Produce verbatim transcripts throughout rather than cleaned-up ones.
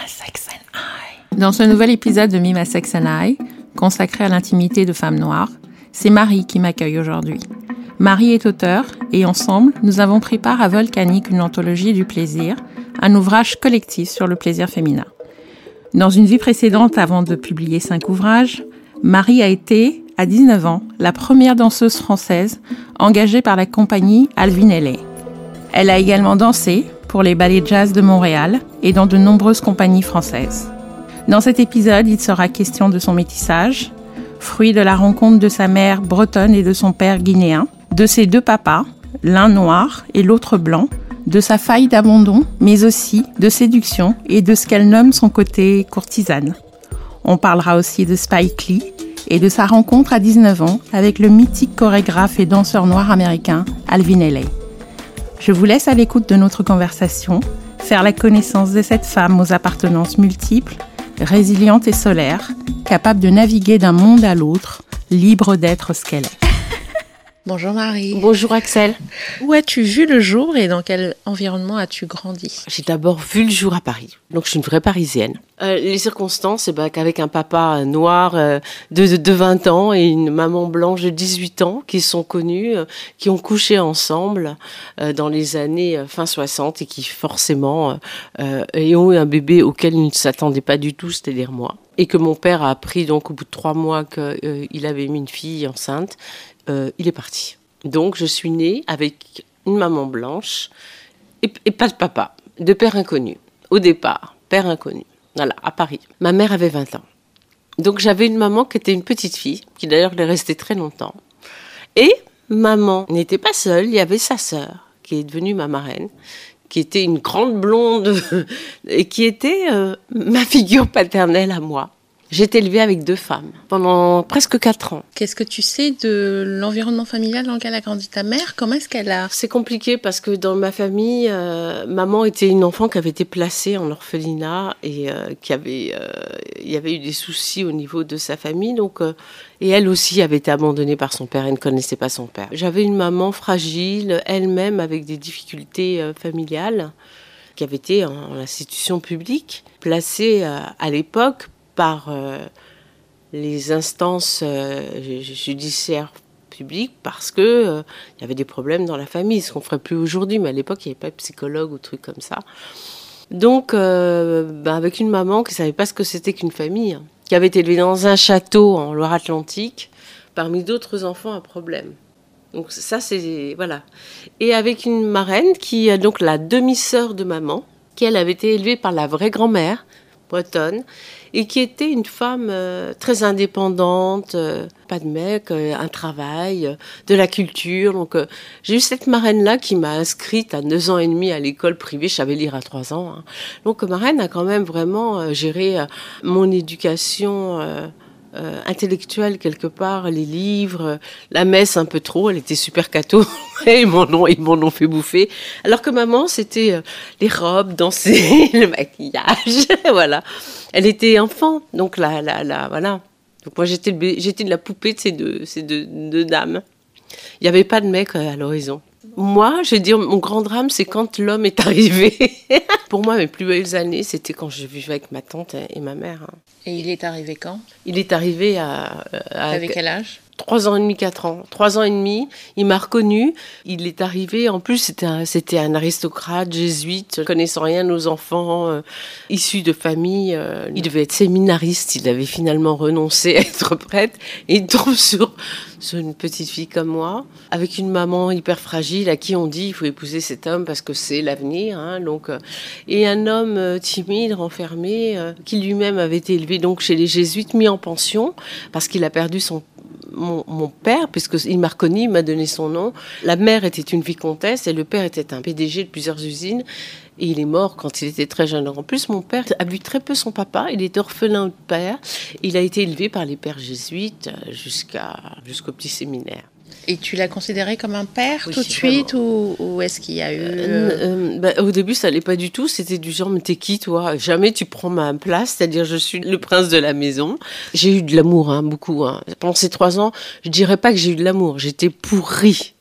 Sex and I. Dans ce nouvel épisode de Mima Sex and I, consacré à l'intimité de femmes noires, c'est Marie qui m'accueille aujourd'hui. Marie est auteure et ensemble, nous avons pris part à Volcanique, une anthologie du plaisir, un ouvrage collectif sur le plaisir féminin. Dans une vie précédente, avant de publier cinq ouvrages, Marie a été, à dix-neuf ans, la première danseuse française engagée par la compagnie Alvin Ailey. Elle a également dansé pour les ballets jazz de Montréal et dans de nombreuses compagnies françaises. Dans cet épisode, il sera question de son métissage, fruit de la rencontre de sa mère bretonne et de son père guinéen, de ses deux papas, l'un noir et l'autre blanc, de sa faille d'abandon, mais aussi de séduction et de ce qu'elle nomme son côté courtisane. On parlera aussi de Spike Lee et de sa rencontre à dix-neuf ans avec le mythique chorégraphe et danseur noir américain Alvin Ailey. Je vous laisse à l'écoute de notre conversation, faire la connaissance de cette femme aux appartenances multiples, résiliente et solaire, capable de naviguer d'un monde à l'autre, libre d'être ce qu'elle est. Bonjour Marie. Bonjour Axel. Où as-tu vu le jour et dans quel environnement as-tu grandi ? J'ai d'abord vu le jour à Paris, donc je suis une vraie Parisienne. Euh, les circonstances, c'est ben, qu'avec un papa noir euh, de, de, de vingt ans et une maman blanche de dix-huit ans qui sont connus, euh, qui ont couché ensemble euh, dans les années euh, fin soixante et qui forcément euh, euh, ont eu un bébé auquel ils ne s'attendaient pas du tout, c'est-à-dire moi. Et que mon père a appris donc au bout de trois mois qu'il euh, avait mis une fille enceinte. Euh, il est parti. Donc, je suis née avec une maman blanche et, et pas de papa, de père inconnu. Au départ, père inconnu. Voilà, à Paris. Ma mère avait vingt ans. Donc, j'avais une maman qui était une petite fille, qui d'ailleurs est restée très longtemps. Et maman n'était pas seule, il y avait sa sœur, qui est devenue ma marraine, qui était une grande blonde et qui était euh, ma figure paternelle à moi. J'ai été élevée avec deux femmes pendant presque quatre ans. Qu'est-ce que tu sais de l'environnement familial dans lequel a grandi ta mère ? Comment est-ce qu'elle a... C'est compliqué parce que dans ma famille, euh, maman était une enfant qui avait été placée en orphelinat et euh, qui avait, euh, il y avait eu des soucis au niveau de sa famille. Donc, euh, et elle aussi avait été abandonnée par son père, elle ne connaissait pas son père. J'avais une maman fragile, elle-même avec des difficultés euh, familiales, qui avait été en, en institution publique, placée euh, à l'époque par euh, les instances euh, judiciaires publiques parce qu'il euh, y avait des problèmes dans la famille, ce qu'on ne ferait plus aujourd'hui, mais à l'époque, il n'y avait pas de psychologue ou trucs comme ça. Donc, euh, ben avec une maman qui ne savait pas ce que c'était qu'une famille, hein, qui avait été élevée dans un château en Loire-Atlantique, parmi d'autres enfants à problème. Donc ça, c'est... Voilà. Et avec une marraine qui est donc la demi-sœur de maman, qui, elle, avait été élevée par la vraie grand-mère, bretonne, et qui était une femme euh, très indépendante, euh, pas de mec, euh, un travail, euh, de la culture. Donc, euh, j'ai eu cette marraine-là qui m'a inscrite à deux ans et demi à l'école privée. Je savais lire à trois ans. Hein. Donc, marraine a quand même vraiment euh, géré euh, mon éducation euh, euh, intellectuelle quelque part, les livres, la messe un peu trop. Elle était super catho et ils m'en ont, ils m'en ont fait bouffer. Alors que maman, c'était euh, les robes, danser, le maquillage, voilà. Elle était enfant, donc là, là, là, voilà. Donc moi, j'étais, le, j'étais de la poupée de ces deux, ces deux, deux dames. Il n'y avait pas de mec à l'horizon. Moi, je vais dire, mon grand drame, c'est quand l'homme est arrivé. Pour moi, mes plus belles années, c'était quand je vivais avec ma tante et ma mère. Et il est arrivé quand ? Il est arrivé à... à Avec quel âge ? Trois ans et demi, quatre ans. Trois ans et demi, il m'a reconnue. Il est arrivé, en plus, c'était un, c'était un aristocrate jésuite, connaissant rien aux enfants, euh, issus de familles. Euh, il devait être séminariste, il avait finalement renoncé à être prêtre. Et il tombe sur, sur une petite fille comme moi, avec une maman hyper fragile, à qui on dit il faut épouser cet homme parce que c'est l'avenir. Hein, donc, euh, et un homme euh, timide, renfermé, euh, qui lui-même avait été élevé donc, chez les jésuites, mis en pension, parce qu'il a perdu son Mon, mon père, puisqu'il m'a reconnu, il m'a donné son nom. La mère était une vicomtesse et le père était un P D G de plusieurs usines. Et il est mort quand il était très jeune. En plus, mon père a vu très peu son papa. Il était orphelin de père. Il a été élevé par les pères jésuites jusqu'à, jusqu'au petit séminaire. Et tu l'as considéré comme un père oui, tout de suite ou, ou est-ce qu'il y a eu... Euh, euh, bah, au début, ça n'allait pas du tout. C'était du genre, mais t'es qui, toi ? Jamais tu prends ma place, c'est-à-dire je suis le prince de la maison. J'ai eu de l'amour, hein, beaucoup. Hein. Pendant ces trois ans, je ne dirais pas que j'ai eu de l'amour. J'étais pourrie,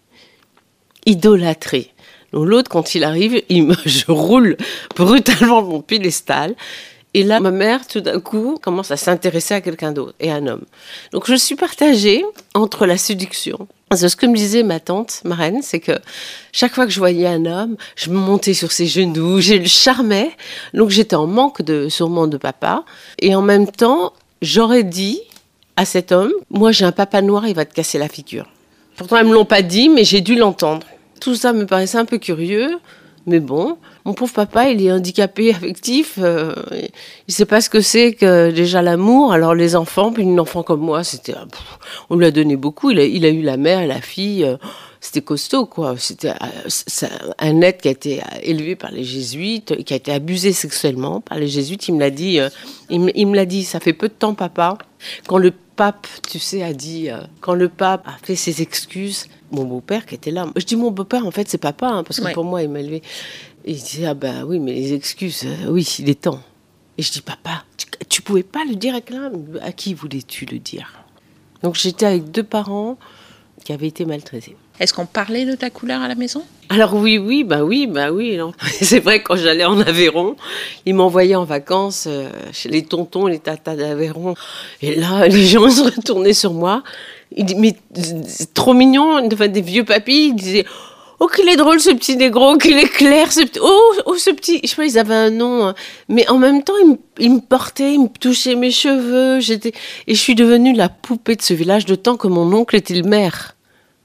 idolâtrée. Donc l'autre, quand il arrive, il me, je roule brutalement mon piédestal. Et là, ma mère, tout d'un coup, commence à s'intéresser à quelqu'un d'autre, et à un homme. Donc, je suis partagée entre la séduction. Parce que ce que me disait ma tante, ma reine, c'est que chaque fois que je voyais un homme, je me montais sur ses genoux, je le charmais. Donc, j'étais en manque de, sûrement de papa. Et en même temps, j'aurais dit à cet homme, moi, j'ai un papa noir, il va te casser la figure. Pourtant, ils ne me l'ont pas dit, mais j'ai dû l'entendre. Tout ça me paraissait un peu curieux. Mais bon, mon pauvre papa, il est handicapé affectif. Euh, il ne sait pas ce que c'est que déjà l'amour. Alors les enfants, puis une enfant comme moi, c'était, pff, on lui a donné beaucoup. Il a, il a eu la mère et la fille. Euh, c'était costaud, quoi. C'était euh, un être qui a été élevé par les jésuites, qui a été abusé sexuellement par les jésuites. Il me l'a dit. Euh, il, me, il me l'a dit. Ça fait peu de temps, papa, quand le pape, tu sais, a dit, euh, quand le pape a fait ses excuses. Mon beau-père qui était là. Je dis mon beau-père, en fait, c'est papa, hein, parce que ouais. Pour moi, il m'a élevé. Et il disait, ah ben oui, mais les excuses, euh, oui, il est temps. Et je dis, papa, tu, tu pouvais pas le dire à quelqu'un ? À qui voulais-tu le dire ? Donc j'étais avec deux parents qui avaient été maltraités. Est-ce qu'on parlait de ta couleur à la maison ? Alors oui, oui, bah oui, bah oui. Non. C'est vrai, quand j'allais en Aveyron, ils m'envoyaient en vacances euh, chez les tontons, les tatas d'Aveyron. Et là, les gens se retournaient sur moi. Ils disaient, mais c'est trop mignon, enfin, des vieux papis, ils disaient, oh qu'il est drôle ce petit négro, qu'il est clair, ce petit... Oh, oh ce petit... Je sais pas, ils avaient un nom. Hein. Mais en même temps, ils me, ils me portaient, ils me touchaient mes cheveux. J'étais... Et je suis devenue la poupée de ce village de temps que mon oncle était le maire.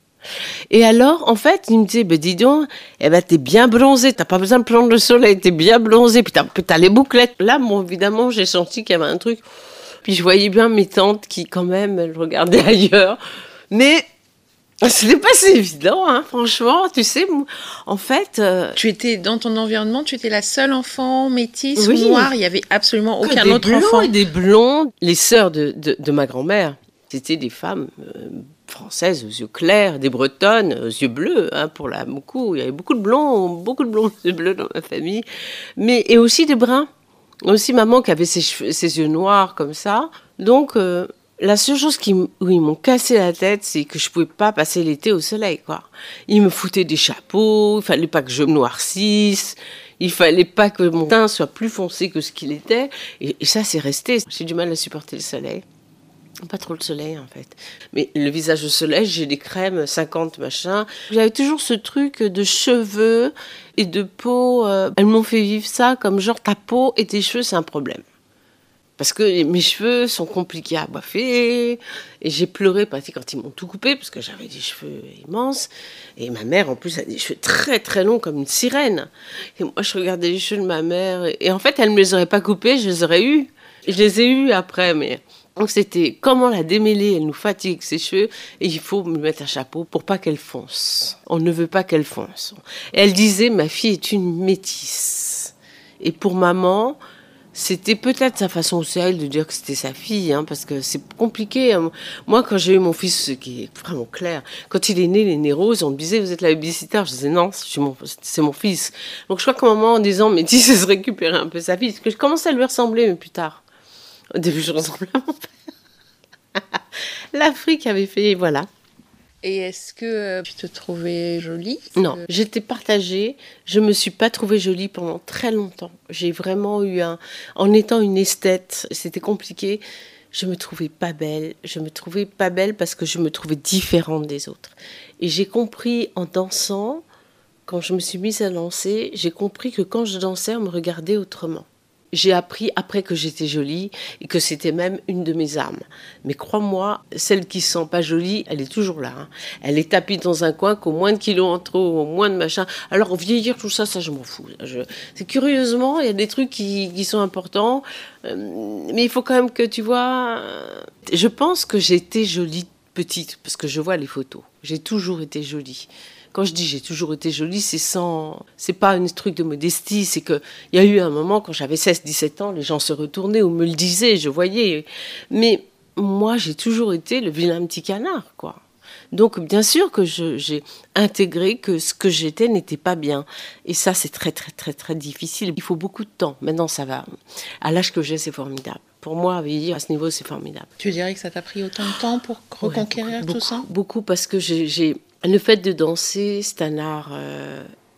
Et alors, en fait, il me disait, ben dis donc, eh ben, t'es bien bronzée, t'as pas besoin de prendre le soleil, t'es bien bronzée, puis t'as, t'as les bouclettes. Là, bon, évidemment, j'ai senti qu'il y avait un truc... Puis je voyais bien mes tantes qui, quand même, elles regardaient ailleurs. Mais c'était pas si évident, hein, franchement. Tu sais, en fait... Euh... Tu étais dans ton environnement, tu étais la seule enfant métisse oui. ou noire. Il n'y avait absolument aucun des autre blonds enfant. Et des blondes. Les sœurs de, de, de ma grand-mère, c'était des femmes euh, françaises aux yeux clairs, des bretonnes aux yeux bleus, hein, pour la beaucoup. Il y avait beaucoup de blonds, beaucoup de blonds aux yeux bleus dans ma famille. Mais, et aussi des bruns. Aussi maman qui avait ses, cheveux, ses yeux noirs comme ça. Donc, euh, la seule chose qui, où ils m'ont cassé la tête, c'est que je ne pouvais pas passer l'été au soleil, quoi. Ils me foutaient des chapeaux, il ne fallait pas que je me noircisse, il ne fallait pas que mon teint soit plus foncé que ce qu'il était. Et, et ça, c'est resté. J'ai du mal à supporter le soleil. Pas trop le soleil, en fait. Mais le visage au soleil, j'ai des crèmes cinquante, machin. J'avais toujours ce truc de cheveux et de peau. Euh, elles m'ont fait vivre ça comme genre ta peau et tes cheveux, c'est un problème. Parce que mes cheveux sont compliqués à boiffer. Et j'ai pleuré quand ils m'ont tout coupé, parce que j'avais des cheveux immenses. Et ma mère, en plus, a des cheveux très, très longs, comme une sirène. Et moi, je regardais les cheveux de ma mère. Et, et en fait, elle ne me les aurait pas coupés, je les aurais eus. Et je les ai eus après, mais... Donc c'était comment la démêler, elle nous fatigue ses cheveux et il faut me mettre un chapeau pour pas qu'elle fonce. On ne veut pas qu'elle fonce. Et elle disait, ma fille est une métisse. Et pour maman, c'était peut-être sa façon aussi elle de dire que c'était sa fille, hein, parce que c'est compliqué. Moi, quand j'ai eu mon fils, qui est vraiment clair, quand il est né, il est né rose, on me disait, vous êtes la babysitter. Je disais, non, c'est mon, c'est mon fils. Donc je crois qu'à un moment, en disant métisse, elle se récupérait un peu sa fille, parce que je commençais à lui ressembler, mais plus tard. Au début, je ressemblais à mon père. L'Afrique avait fait, voilà. Et est-ce que euh, tu te trouvais jolie ? Non, euh... j'étais partagée. Je ne me suis pas trouvée jolie pendant très longtemps. J'ai vraiment eu un... En étant une esthète, c'était compliqué. Je ne me trouvais pas belle. Je ne me trouvais pas belle parce que je me trouvais différente des autres. Et j'ai compris en dansant, quand je me suis mise à danser, j'ai compris que quand je dansais, on me regardait autrement. J'ai appris après que j'étais jolie et que c'était même une de mes armes. Mais crois-moi, celle qui se sent pas jolie, elle est toujours là. Hein. Elle est tapie dans un coin, qu'au moins de kilos en trop, au moins de machin. Alors vieillir, tout ça, ça je m'en fous. Je... C'est curieusement, il y a des trucs qui, qui sont importants. Euh, mais il faut quand même que tu vois... Je pense que j'ai été jolie petite, parce que je vois les photos. J'ai toujours été jolie. Quand je dis j'ai toujours été jolie, c'est sans, c'est pas un truc de modestie, c'est que il y a eu un moment quand j'avais seize dix-sept ans, les gens se retournaient ou me le disaient, je voyais. Mais moi, j'ai toujours été le vilain petit canard, quoi. Donc, bien sûr que je, j'ai intégré que ce que j'étais n'était pas bien. Et ça, c'est très, très, très, très difficile. Il faut beaucoup de temps. Maintenant, ça va. À l'âge que j'ai, c'est formidable. Pour moi, vieillir à ce niveau, c'est formidable. Tu dirais que ça t'a pris autant de temps pour reconquérir ouais, beaucoup, tout ça ? Beaucoup, parce que j'ai... j'ai... Le fait de danser, c'est un art euh,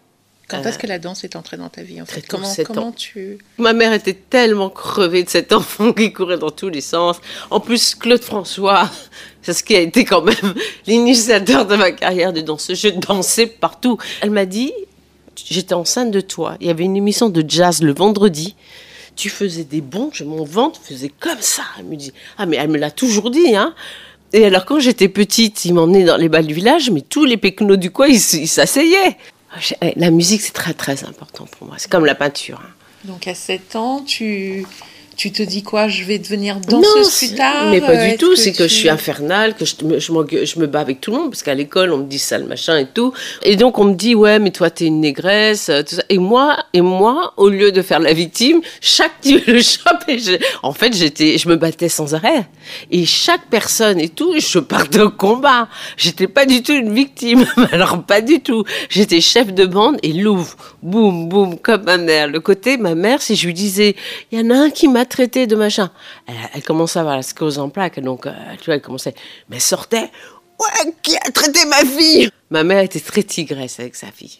Quand est-ce que la danse est entrée dans ta vie en fait? Très tôt, Comment, sept comment ans. tu... Ma mère était tellement crevée de cet enfant qui courait dans tous les sens. En plus, Claude François, c'est ce qui a été quand même l'initiateur de ma carrière de danseuse. Je dansais partout. Elle m'a dit, j'étais enceinte de toi. Il y avait une émission de jazz le vendredi. Tu faisais des bonds, mon ventre faisait comme ça. Elle me dit, ah mais elle me l'a toujours dit, hein. Et alors quand j'étais petite, ils m'emmenaient dans les bals du village, mais tous les péquenots du coin, ils, ils s'asseyaient. La musique, c'est très très important pour moi. C'est comme la peinture. Donc à sept ans, tu... Tu te dis quoi? Je vais devenir danseuse non, plus tard? Mais pas du Est-ce tout, que c'est tu... que je suis infernale, que je me, je, je me bats avec tout le monde, parce qu'à l'école, on me dit ça, le machin et tout. Et donc, on me dit, ouais, mais toi, t'es une négresse, tout ça. Et moi, et moi, au lieu de faire la victime, chaque type le chope, et je, en fait, j'étais, je me battais sans arrêt. Et chaque personne et tout, je partais au combat. J'étais pas du tout une victime. Alors, pas du tout. J'étais chef de bande et Louvre, boum, boum, comme ma mère. Le côté, ma mère, si je lui disais, il y en a un qui m'a traité de machin. Elle, elle commençait à avoir la sclérose en plaques, donc euh, tu vois, elle commençait, mais elle sortait, ouais, qui a traité ma fille? Ma mère était très tigresse avec sa fille.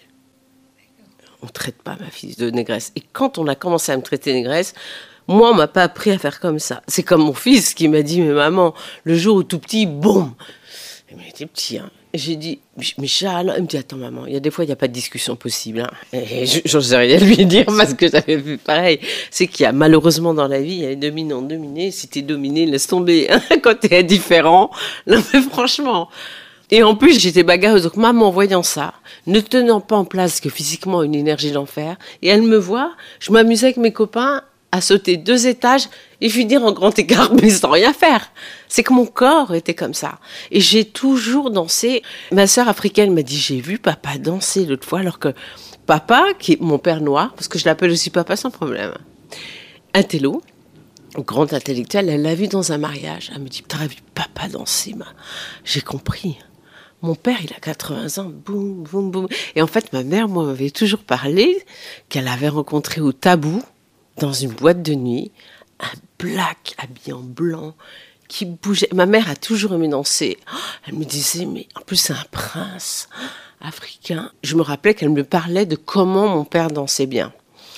On ne traite pas ma fille de négresse. Et quand on a commencé à me traiter négresse, moi, on m'a pas appris à faire comme ça. C'est comme mon fils qui m'a dit, mais maman, le jour où tout petit, boum, il était petit, hein. J'ai dit, mais Charles, il me dit, attends maman, il y a des fois, il n'y a pas de discussion possible. Hein. Et je n'osais rien lui dire parce que j'avais vu pareil. C'est qu'il y a malheureusement dans la vie, il y a les dominants, dominés. Si tu es dominé, laisse tomber. Quand tu es indifférent, non mais franchement. Et en plus, j'étais bagarreuse. Donc maman, voyant ça, ne tenant pas en place que physiquement une énergie d'enfer, et elle me voit, je m'amusais avec mes copains à sauter deux étages et finir en grand écart, mais sans rien faire. C'est que mon corps était comme ça. Et j'ai toujours dansé. Ma sœur africaine m'a dit, j'ai vu papa danser l'autre fois, alors que papa, qui est mon père noir, parce que je l'appelle aussi papa sans problème, un télo, grand intellectuel, elle l'a vu dans un mariage. Elle me dit, t'aurais vu papa danser, ma... J'ai compris. Mon père, il a quatre-vingts ans, boum, boum, boum. Et en fait, ma mère, moi, m'avait toujours parlé qu'elle avait rencontré au Tabou, dans une boîte de nuit, un black habillé en blanc qui bougeait. Ma mère a toujours aimé danser. Elle me disait, mais en plus c'est un prince africain. Je me rappelais qu'elle me parlait de comment mon père dansait bien.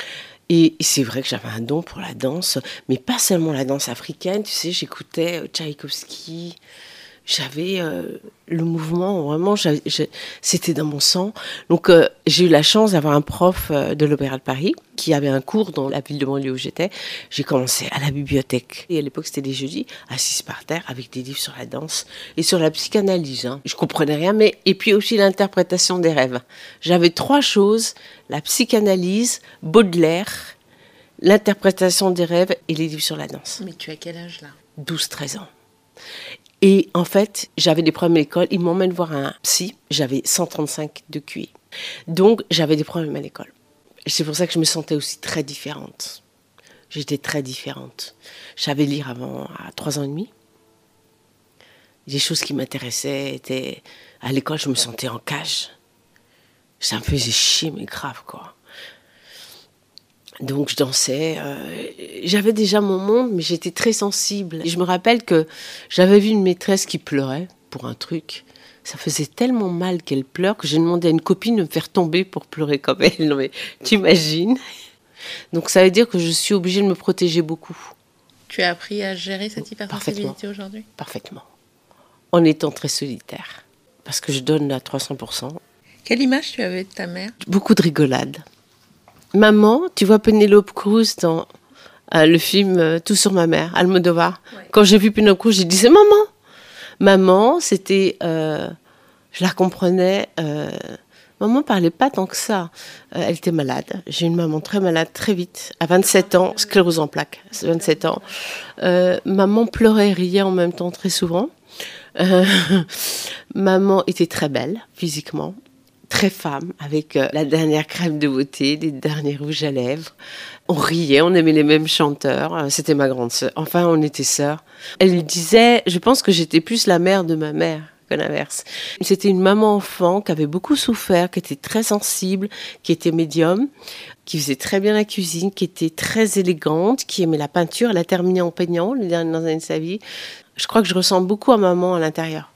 Et c'est vrai que j'avais un don pour la danse, mais pas seulement la danse africaine. Tu sais, j'écoutais Tchaïkovski. J'avais euh, le mouvement, vraiment, j'avais, j'ai, c'était dans mon sang. Donc, euh, j'ai eu la chance d'avoir un prof euh, de l'Opéra de Paris qui avait un cours dans la ville de banlieue où j'étais. J'ai commencé à la bibliothèque. Et à l'époque, c'était les jeudis, assise par terre, avec des livres sur la danse et sur la psychanalyse. Hein. Je comprenais rien, mais... Et puis aussi l'interprétation des rêves. J'avais trois choses, la psychanalyse, Baudelaire, l'interprétation des rêves et les livres sur la danse. Mais tu as quel âge là? douze treize ans. Et en fait, j'avais des problèmes à l'école. Ils m'emmènent voir un psy. J'avais cent trente-cinq de Q I. Donc, j'avais des problèmes à l'école. C'est pour ça que je me sentais aussi très différente. J'étais très différente. Je savais lire avant à trois ans et demi. Les choses qui m'intéressaient étaient... À l'école, je me sentais en cage. Ça me faisait chier, mais grave, quoi. Donc je dansais, euh, j'avais déjà mon monde, mais j'étais très sensible. Et je me rappelle que j'avais vu une maîtresse qui pleurait pour un truc. Ça faisait tellement mal qu'elle pleure que j'ai demandé à une copine de me faire tomber pour pleurer comme elle. Non mais t'imagines? Donc ça veut dire que je suis obligée de me protéger beaucoup. Tu as appris à gérer cette hypersensibilité aujourd'hui? Parfaitement. En étant très solitaire. Parce que je donne à trois cents pour cent. Quelle image tu avais de ta mère? Beaucoup de rigolade. Maman, tu vois Penélope Cruz dans euh, le film euh, Tout sur ma mère, Almodovar. Ouais. Quand j'ai vu Penélope Cruz, j'ai dit c'est maman. Maman, c'était, euh, je la comprenais. Euh, maman parlait pas tant que ça. Euh, elle était malade. J'ai eu une maman très malade très vite, à vingt-sept ans, sclérose en plaques, vingt-sept ans. Euh, maman pleurait et riait en même temps très souvent. Euh, maman était très belle physiquement. Très femme, avec euh, la dernière crème de beauté, les derniers rouges à lèvres. On riait, on aimait les mêmes chanteurs. Euh, c'était ma grande sœur. Enfin, on était sœurs. Elle lui disait, je pense que j'étais plus la mère de ma mère que l'inverse. C'était une maman-enfant qui avait beaucoup souffert, qui était très sensible, qui était médium, qui faisait très bien la cuisine, qui était très élégante, qui aimait la peinture. Elle a terminé en peignant les dernières années de sa vie. Je crois que je ressemble beaucoup à maman à l'intérieur.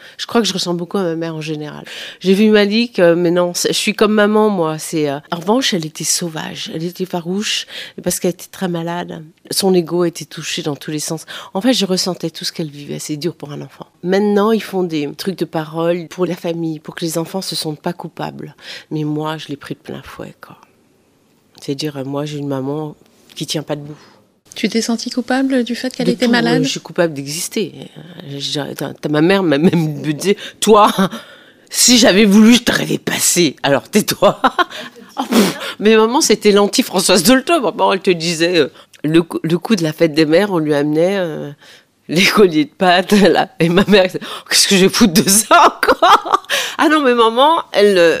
Je crois que je ressemble beaucoup à ma mère en général. J'ai vu Malik, euh, mais non, je suis comme maman, moi. C'est, euh... En revanche, elle était sauvage, elle était farouche, parce qu'elle était très malade. Son ego était touché dans tous les sens. En fait, je ressentais tout ce qu'elle vivait. C'est dur pour un enfant. Maintenant, ils font des trucs de parole pour la famille, pour que les enfants se sentent pas coupables. Mais moi, je l'ai pris de plein fouet, quoi. C'est-à-dire, moi, j'ai une maman qui tient pas debout. Tu t'es sentie coupable du fait qu'elle De était tout, malade ? Je suis coupable d'exister. T'as, t'as ma mère m'a même dit, toi, si j'avais voulu, je t'aurais dépassé. Alors tais-toi. Oh, mais maman, c'était l'anti-Françoise Dolto. Maman, elle te disait, euh, le, le coup de la fête des mères, on lui amenait euh, les colliers de pâtes. Là. Et ma mère, oh, qu'est-ce que je vais foutre de ça encore ? Ah non, mais maman, elle... Euh...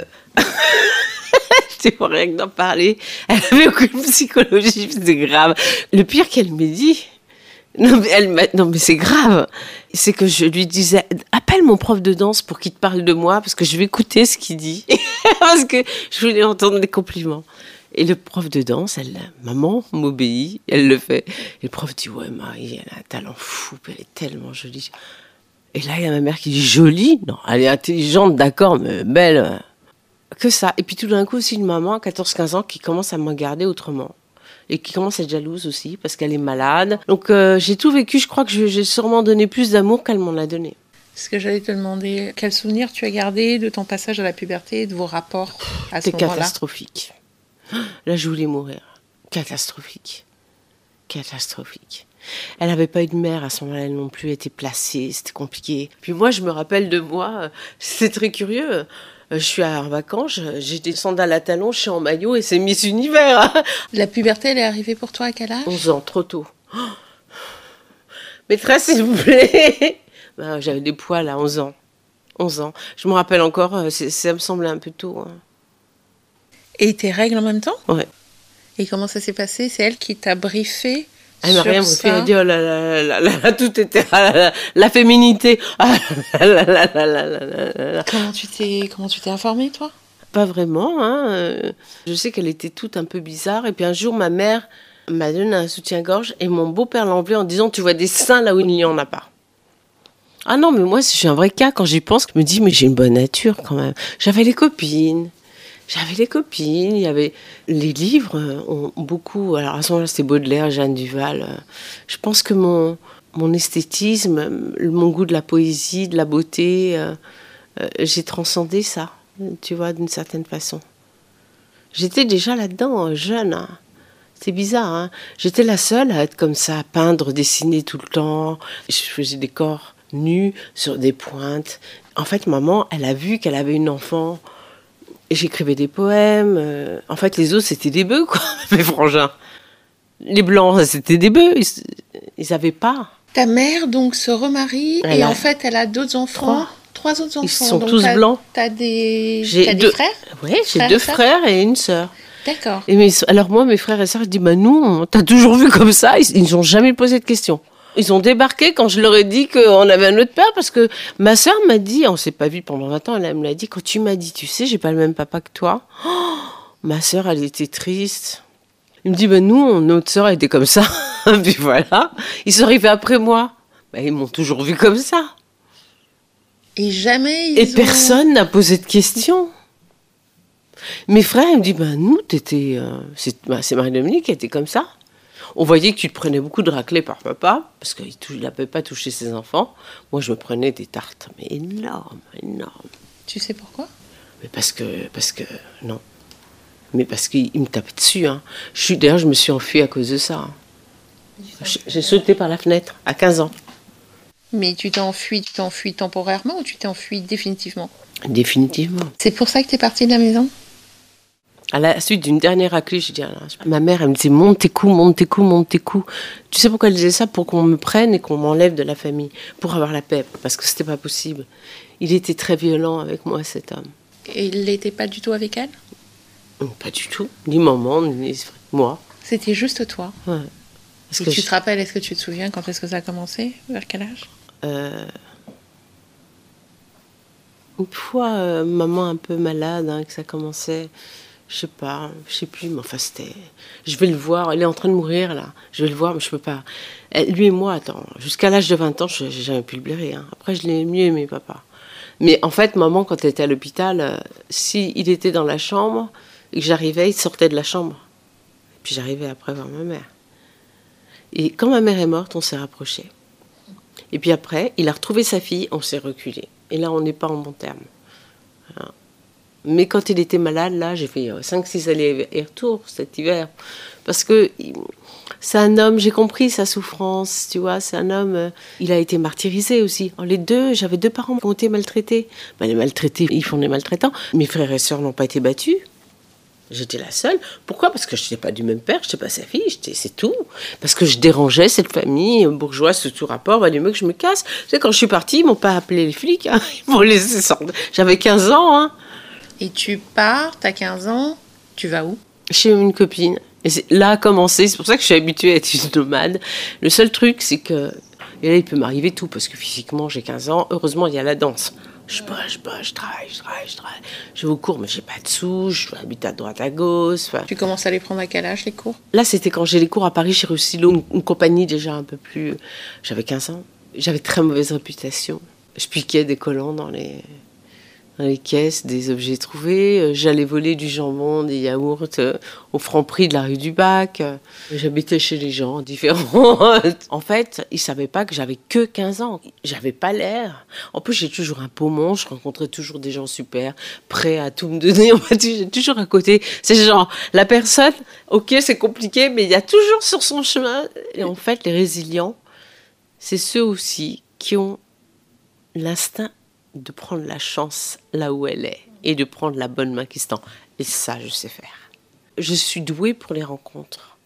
C'est pour rien que d'en parler. Elle avait aucune psychologie, c'est grave. Le pire qu'elle m'ait dit, non mais, elle m'a... non mais c'est grave, c'est que je lui disais, appelle mon prof de danse pour qu'il te parle de moi, parce que je vais écouter ce qu'il dit, parce que je voulais entendre des compliments. Et le prof de danse, elle, maman m'obéit, elle le fait. Et le prof dit, ouais Marie, elle a un talent fou, elle est tellement jolie. Et là, il y a ma mère qui dit, jolie ? Non, elle est intelligente, d'accord, mais belle... Que ça. Et puis tout d'un coup, aussi une maman, quatorze quinze ans, qui commence à me regarder autrement. Et qui commence à être jalouse aussi, parce qu'elle est malade. Donc euh, j'ai tout vécu, je crois que je, j'ai sûrement donné plus d'amour qu'elle m'en a donné. Ce que j'allais te demander, quel souvenir tu as gardé de ton passage à la puberté et de vos rapports à ce C'était moment-là ? catastrophique. Là, je voulais mourir. Catastrophique. Catastrophique. Elle n'avait pas eu de mère à ce moment-là, elle non plus, elle était placée, c'était compliqué. Puis moi, je me rappelle de moi, c'est très curieux. Je suis en vacances, j'ai des sandales à talons, je suis en maillot et c'est Miss Univers. La puberté, elle est arrivée pour toi à quel âge ? onze ans, trop tôt. Oh, maîtresse, s'il vous plaît. Ben, j'avais des poils à onze ans. onze ans. Je me rappelle encore, c'est, ça me semblait un peu tôt. Hein. Et tes règles en même temps ? Ouais. Et comment ça s'est passé ? C'est elle qui t'a briefé ? Elle m'a rien briefé, elle a dit, oh là là là là là, tout était, ah là là, la féminité. Ah là là là là là là là là. Comment tu t'es, comment tu t'es informée, toi ? Pas vraiment, hein. Je sais qu'elle était toute un peu bizarre. Et puis un jour, ma mère m'a donné un soutien-gorge et mon beau-père l'a enlevé en disant, tu vois des seins là où il n'y en a pas. Ah non, mais moi, je suis un vrai cas. Quand j'y pense, je me dis, mais j'ai une bonne nature quand même. J'avais les copines. J'avais les copines, il y avait... Les livres ont beaucoup... Alors à ce moment-là, c'était Baudelaire, Jeanne Duval. Je pense que mon, mon esthétisme, mon goût de la poésie, de la beauté, euh, euh, j'ai transcendé ça, tu vois, d'une certaine façon. J'étais déjà là-dedans, jeune. Hein. C'est bizarre, hein. J'étais la seule à être comme ça, à peindre, dessiner tout le temps. Je faisais des corps nus sur des pointes. En fait, maman, elle a vu qu'elle avait une enfant... Et j'écrivais des poèmes. Euh, en fait, les autres, c'était des bœufs, quoi, mes frangins. Les blancs, c'était des bœufs. Ils n'avaient pas. Ta mère, donc, se remarie. Elle et a... en fait, elle a d'autres enfants. Trois, Trois autres enfants. Ils sont donc, tous t'as, blancs. T'as des, j'ai t'as deux... des frères ? Oui, j'ai frères deux frères et une sœur. D'accord. Et mes... Alors moi, mes frères et sœurs, je dis, bah nous, on t'a toujours vu comme ça. Ils n'ont jamais posé de questions. Ils ont débarqué quand je leur ai dit qu'on avait un autre père, parce que ma sœur m'a dit, on ne s'est pas vu pendant vingt ans, elle me l'a dit, quand tu m'as dit, tu sais, j'ai pas le même papa que toi. Oh, ma sœur, elle était triste. Il me dit, ben nous, notre sœur était comme ça. Puis voilà, ils sont arrivés après moi. Ben, ils m'ont toujours vu comme ça. Et jamais ils Et ont... personne n'a posé de questions. Mes frères, ils me disent, ben nous, t'étais, euh, c'est, ben, c'est Marie-Dominique qui était comme ça. On voyait que tu te prenais beaucoup de raclés par papa, parce qu'il n'avait pas touché ses enfants. Moi, je me prenais des tartes, mais énormes, énormes. Tu sais pourquoi ? Mais parce que, parce que, non. Mais parce qu'il me tapait dessus. Hein. Je suis, d'ailleurs, je me suis enfuie à cause de ça. Hein. J'ai sauté par la fenêtre, à quinze ans. Mais tu t'es enfuie, tu t'es enfuie temporairement ou tu t'es enfuie définitivement ? Définitivement. C'est pour ça que tu es partie de la maison ? À la suite d'une dernière raclée, j'ai dit, ah, ma mère, elle me disait, monte tes coups, monte tes coups, monte tes coups. Tu sais pourquoi elle disait ça ? Pour qu'on me prenne et qu'on m'enlève de la famille, pour avoir la paix, parce que c'était pas possible. Il était très violent avec moi, cet homme. Et il n'était pas du tout avec elle ? Pas du tout, ni maman, ni moi. C'était juste toi ? Ouais. Est-ce que tu je... te rappelles, est-ce que tu te souviens quand est-ce que ça a commencé ? Vers quel âge ? euh... Une fois, euh, maman un peu malade, hein, que ça commençait... Je sais pas, je sais plus, mais enfin c'était... Je vais le voir, il est en train de mourir là. Je vais le voir, mais je peux pas. Lui et moi, attends, jusqu'à l'âge de vingt ans, je, j'ai jamais pu le blairer. Hein. Après, je l'ai mieux aimé, papa. Mais en fait, maman, quand elle était à l'hôpital, euh, s'il était dans la chambre et que j'arrivais, il sortait de la chambre. Puis j'arrivais après voir ma mère. Et quand ma mère est morte, on s'est rapprochés. Et puis après, il a retrouvé sa fille, on s'est reculé. Et là, on n'est pas en bon terme. Voilà. Mais quand il était malade, là, j'ai fait cinq six allers et retours cet hiver. Parce que c'est un homme, j'ai compris sa souffrance, tu vois, c'est un homme, euh, il a été martyrisé aussi. Les deux, j'avais deux parents qui ont été maltraités. Ben, les maltraités, ils font des maltraitants. Mes frères et sœurs n'ont pas été battus. J'étais la seule. Pourquoi ? Parce que je n'étais pas du même père, je n'étais pas sa fille, j'étais, c'est tout. Parce que je dérangeais cette famille bourgeoise sous tout rapport, valait mieux que je me casse. Tu sais, quand je suis partie, ils ne m'ont pas appelé les flics, hein. Ils m'ont laissé sortir. J'avais quinze ans. Hein. Et tu pars, tu as quinze ans, tu vas où ? Chez une copine. Et c'est là a commencé, c'est pour ça que je suis habituée à être une nomade. Le seul truc, c'est que, et là il peut m'arriver tout, parce que physiquement j'ai quinze ans, heureusement il y a la danse. Je bosse, je bosse, je travaille, je travaille, je travaille. Je vais au cours, mais j'ai pas de sous, je habite à droite, à gauche. Enfin. Tu commences à les prendre à quel âge, les cours ? Là, c'était quand j'ai les cours à Paris chez Russilo, une, une compagnie déjà un peu plus... J'avais quinze ans. J'avais très mauvaise réputation. Je piquais des collants dans les, dans les caisses, des objets trouvés. J'allais voler du jambon, des yaourts euh, au Franprix de la rue du Bac. J'habitais chez les gens différents. En fait, ils ne savaient pas que j'avais que quinze ans. J'avais pas l'air. En plus, j'ai toujours un poumon. Je rencontrais toujours des gens super, prêts à tout me donner. J'ai toujours à côté. C'est genre, la personne, ok, c'est compliqué, mais il y a toujours sur son chemin. Et en fait, les résilients, c'est ceux aussi qui ont l'instinct de prendre la chance là où elle est et de prendre la bonne main qui se tend. Et ça, je sais faire. Je suis douée pour les rencontres.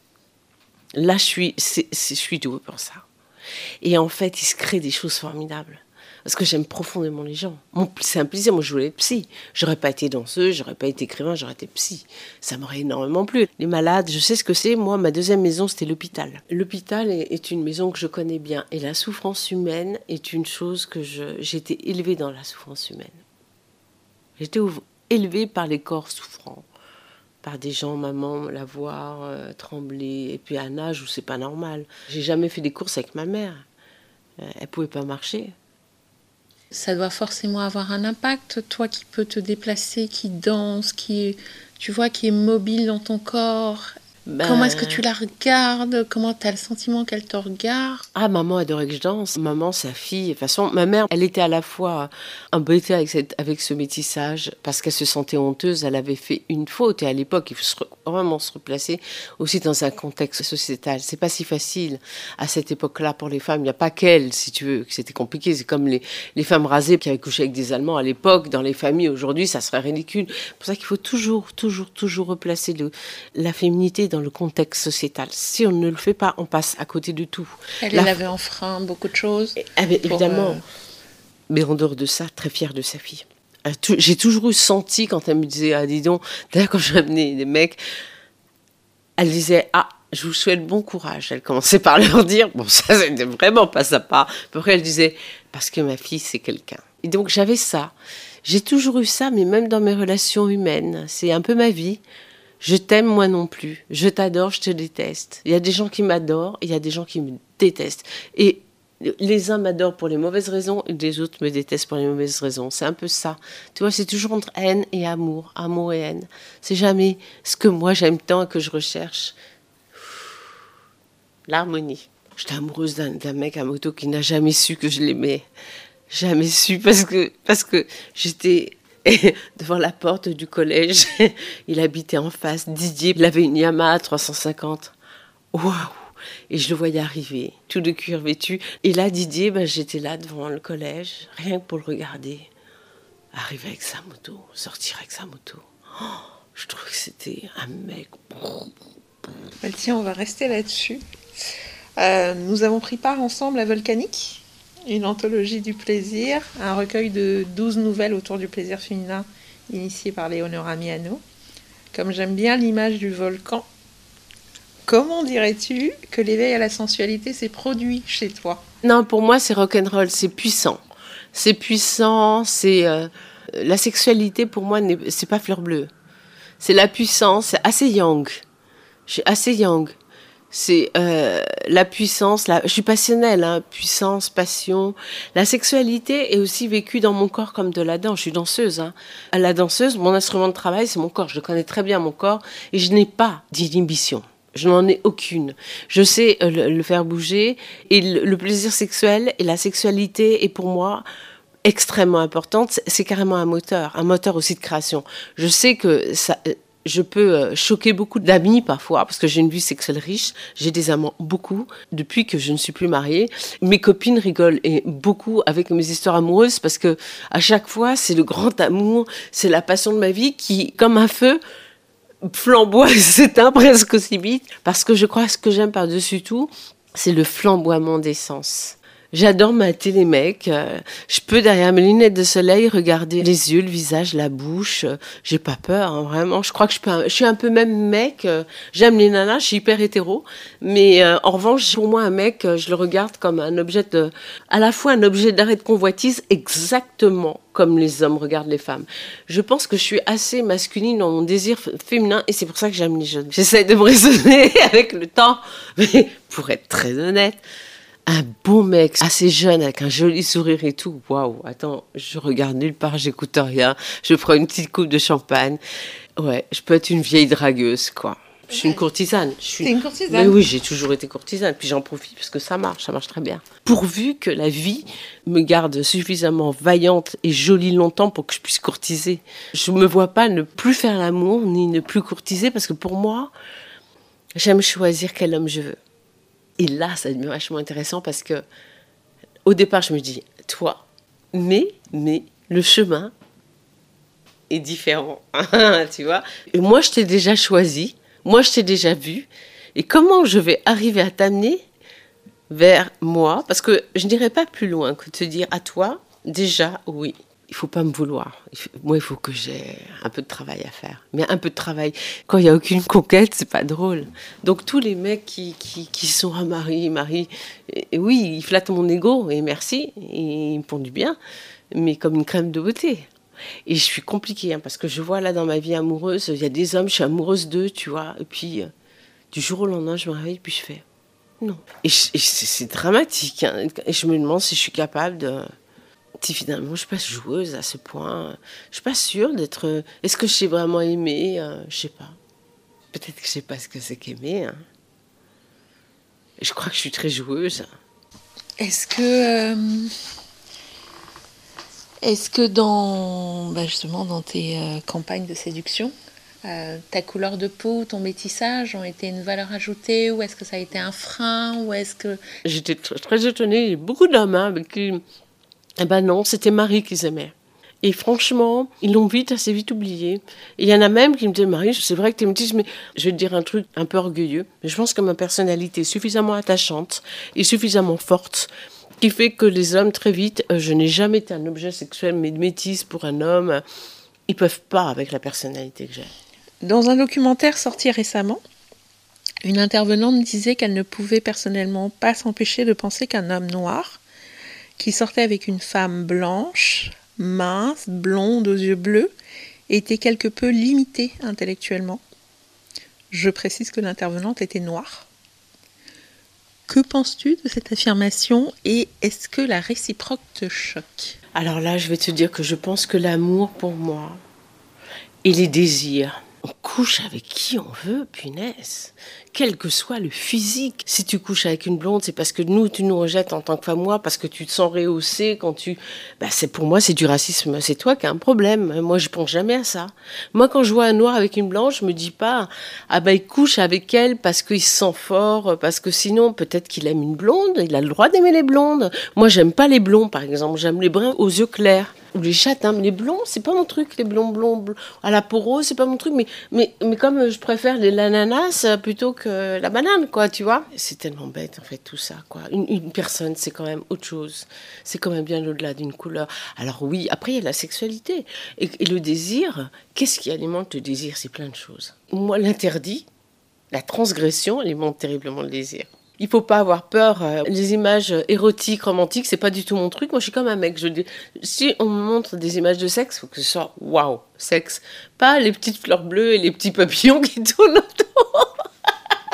Là, je suis, c'est, c'est, je suis douée pour ça. Et en fait, il se crée des choses formidables. Parce que j'aime profondément les gens. Mon, c'est un plaisir. Moi, je voulais être psy. J'aurais pas été danseuse, j'aurais pas été écrivain, j'aurais été psy. Ça m'aurait énormément plu. Les malades, je sais ce que c'est. Moi, ma deuxième maison, c'était l'hôpital. L'hôpital est, est une maison que je connais bien. Et la souffrance humaine est une chose que je... J'ai été élevée dans la souffrance humaine. J'ai été élevée par les corps souffrants. Par des gens, maman, la voir euh, trembler. Et puis à un âge où c'est pas normal. J'ai jamais fait des courses avec ma mère. Euh, elle pouvait pas marcher. Ça doit forcément avoir un impact, toi qui peux te déplacer, qui danse, qui est, tu vois, qui est mobile dans ton corps. Ben... Comment est-ce que tu la regardes ? Comment tu as le sentiment qu'elle te regarde ? Ah, maman adorait que je danse. Maman, sa fille. De toute façon, ma mère, elle était à la fois embêtée avec, cette, avec ce métissage parce qu'elle se sentait honteuse. Elle avait fait une faute. Et à l'époque, il faut se re, vraiment se replacer aussi dans un contexte sociétal. C'est pas si facile à cette époque-là pour les femmes. Il n'y a pas qu'elle, si tu veux, que c'était compliqué. C'est comme les, les femmes rasées qui avaient couché avec des Allemands à l'époque. Dans les familles, aujourd'hui, ça serait ridicule. C'est pour ça qu'il faut toujours, toujours, toujours replacer le, la féminité dans le contexte sociétal. Si on ne le fait pas, on passe à côté de tout. Elle, elle avait enfreint beaucoup de choses. Avait, évidemment. Euh... Mais en dehors de ça, très fière de sa fille. J'ai toujours eu senti, quand elle me disait, ah dis donc, d'ailleurs quand je ramenais des mecs, elle disait, ah, je vous souhaite bon courage. Elle commençait par leur dire, bon ça c'était vraiment pas sympa. Après elle disait, parce que ma fille c'est quelqu'un. Et donc j'avais ça. J'ai toujours eu ça, mais même dans mes relations humaines. C'est un peu ma vie. Je t'aime, moi non plus. Je t'adore, je te déteste. Il y a des gens qui m'adorent, il y a des gens qui me détestent. Et les uns m'adorent pour les mauvaises raisons, et les autres me détestent pour les mauvaises raisons. C'est un peu ça. Tu vois, c'est toujours entre haine et amour, amour et haine. C'est jamais ce que moi j'aime tant et que je recherche. L'harmonie. J'étais amoureuse d'un, d'un mec à moto qui n'a jamais su que je l'aimais. Jamais su, parce que, parce que j'étais... Et devant la porte du collège, il habitait en face, Didier, il avait une Yamaha trois cent cinquante. Waouh! Et je le voyais arriver, tout de cuir vêtu. Et là, Didier, ben, j'étais là devant le collège, rien que pour le regarder. Arriver avec sa moto, sortir avec sa moto. Oh, je trouve que c'était un mec. Ben, tiens, on va rester là-dessus. Euh, nous avons pris part ensemble à Volcanique, une anthologie du plaisir, un recueil de douze nouvelles autour du plaisir féminin initié par Léonora Miano. Comme j'aime bien l'image du volcan, comment dirais-tu que l'éveil à la sensualité s'est produit chez toi ? Non, pour moi, c'est rock'n'roll, c'est puissant. C'est puissant, c'est... Euh, la sexualité, pour moi, n'est, c'est pas fleur bleue. C'est la puissance, c'est assez yang. Je suis assez yang. C'est euh, la puissance, la... je suis passionnelle, hein, puissance, passion. La sexualité est aussi vécue dans mon corps comme de la danse. Je suis danseuse. Hein. La danseuse, mon instrument de travail, c'est mon corps. Je connais très bien mon corps et je n'ai pas d'inhibition. Je n'en ai aucune. Je sais euh, le, le faire bouger et le, le plaisir sexuel et la sexualité est pour moi extrêmement importante. C'est carrément un moteur, un moteur aussi de création. Je sais que ça... Je peux choquer beaucoup d'amis parfois, parce que j'ai une vie sexuelle riche. J'ai des amants, beaucoup, depuis que je ne suis plus mariée. Mes copines rigolent et beaucoup avec mes histoires amoureuses, parce que à chaque fois, c'est le grand amour, c'est la passion de ma vie qui, comme un feu, flamboie et s'éteint presque aussi vite. Parce que je crois que ce que j'aime par-dessus tout, c'est le flamboiement des sens. J'adore mater les mecs. Je peux, derrière mes lunettes de soleil, regarder les yeux, le visage, la bouche. J'ai pas peur, hein, vraiment. Je crois que je, peux, je suis un peu même mec. J'aime les nanas, je suis hyper hétéro. Mais euh, en revanche, pour moi, un mec, je le regarde comme un objet de... à la fois un objet d'arrêt de convoitise, exactement comme les hommes regardent les femmes. Je pense que je suis assez masculine dans mon désir féminin et c'est pour ça que j'aime les jeunes. J'essaie de me raisonner avec le temps. Mais pour être très honnête... Un beau mec, assez jeune, avec un joli sourire et tout. Waouh, attends, je regarde nulle part, j'écoute rien. Je prends une petite coupe de champagne. Ouais, je peux être une vieille dragueuse, quoi. Je suis une courtisane. Je suis... T'es une courtisane? Mais oui, j'ai toujours été courtisane. Puis j'en profite parce que ça marche, ça marche très bien. Pourvu que la vie me garde suffisamment vaillante et jolie longtemps pour que je puisse courtiser. Je me vois pas ne plus faire l'amour ni ne plus courtiser parce que pour moi, j'aime choisir quel homme je veux. Et là, ça devient vachement intéressant parce que, au départ, je me dis, toi, mais, mais, le chemin est différent, tu vois. Et moi, je t'ai déjà choisi, moi, je t'ai déjà vu. Et comment je vais arriver à t'amener vers moi? Parce que je n'irai pas plus loin que te dire à toi, déjà, oui. Il faut pas me vouloir. Il faut, moi, il faut que j'ai un peu de travail à faire. Mais un peu de travail, quand il y a aucune conquête, c'est pas drôle. Donc tous les mecs qui qui, qui sont à Marie, Marie, et, et oui, ils flattent mon ego et merci, et ils me font du bien, mais comme une crème de beauté. Et je suis compliquée hein, parce que je vois là dans ma vie amoureuse, il y a des hommes, je suis amoureuse d'eux, tu vois. Et puis euh, du jour au lendemain, je me réveille puis je fais non. Et, je, et c'est, c'est dramatique. Hein, et je me demande si je suis capable de Si finalement je ne suis pas joueuse à ce point, je ne suis pas sûre d'être... Est-ce que je sais vraiment aimer? euh, Je ne sais pas. Peut-être que je ne sais pas ce que c'est qu'aimer. Hein. Je crois que je suis très joueuse. Est-ce que... Euh, est-ce que dans, bah justement, dans tes euh, campagnes de séduction, euh, ta couleur de peau, ton métissage ont été une valeur ajoutée? Ou est-ce que ça a été un frein? Ou est-ce que... J'étais très, très étonnée. Il y a beaucoup d'hommes hein, avec qui... Eh ben non, c'était Marie qu'ils aimaient. Et franchement, ils l'ont vite, assez vite oublié. Et il y en a même qui me disaient, Marie, c'est vrai que t'es métisse, mais je vais te dire un truc un peu orgueilleux, mais je pense que ma personnalité est suffisamment attachante et suffisamment forte qui fait que les hommes, très vite, euh, je n'ai jamais été un objet sexuel, mais métisse pour un homme, ils peuvent pas avec la personnalité que j'ai. Dans un documentaire sorti récemment, une intervenante disait qu'elle ne pouvait personnellement pas s'empêcher de penser qu'un homme noir qui sortait avec une femme blanche, mince, blonde, aux yeux bleus, était quelque peu limité intellectuellement. Je précise que l'intervenante était noire. Que penses-tu de cette affirmation et est-ce que la réciproque te choque? Alors là, je vais te dire que je pense que l'amour, pour moi, et les désirs, on couche avec qui on veut, punaise. Quel que soit le physique. Si tu couches avec une blonde, c'est parce que nous, tu nous rejettes en tant que femme, moi, parce que tu te sens rehaussée quand tu... Bah, c'est, pour moi, c'est du racisme. C'est toi qui as un problème. Moi, je pense jamais à ça. Moi, quand je vois un noir avec une blanche, je me dis pas, ah bah, il couche avec elle parce qu'il se sent fort, parce que sinon, peut-être qu'il aime une blonde. Il a le droit d'aimer les blondes. Moi, j'aime pas les blonds, par exemple. J'aime les bruns aux yeux clairs. Ou les châtains, mais les blonds, c'est pas mon truc. Les blonds blonds, blonds à la peau rose, c'est pas mon truc. Mais, mais, mais comme je préfère les, l'ananas plutôt que la banane, quoi, tu vois. C'est tellement bête, en fait, tout ça, quoi. Une, une personne, c'est quand même autre chose. C'est quand même bien au-delà d'une couleur. Alors oui, après, il y a la sexualité. Et, et le désir, qu'est-ce qui alimente le désir? C'est plein de choses. Moi, l'interdit, la transgression alimente terriblement le désir. Il faut pas avoir peur. Euh, les images érotiques, romantiques, c'est pas du tout mon truc. Moi, je suis comme un mec. Je dis, si on me montre des images de sexe, il faut que ce soit waouh, sexe. Pas les petites fleurs bleues et les petits papillons qui tournent autour.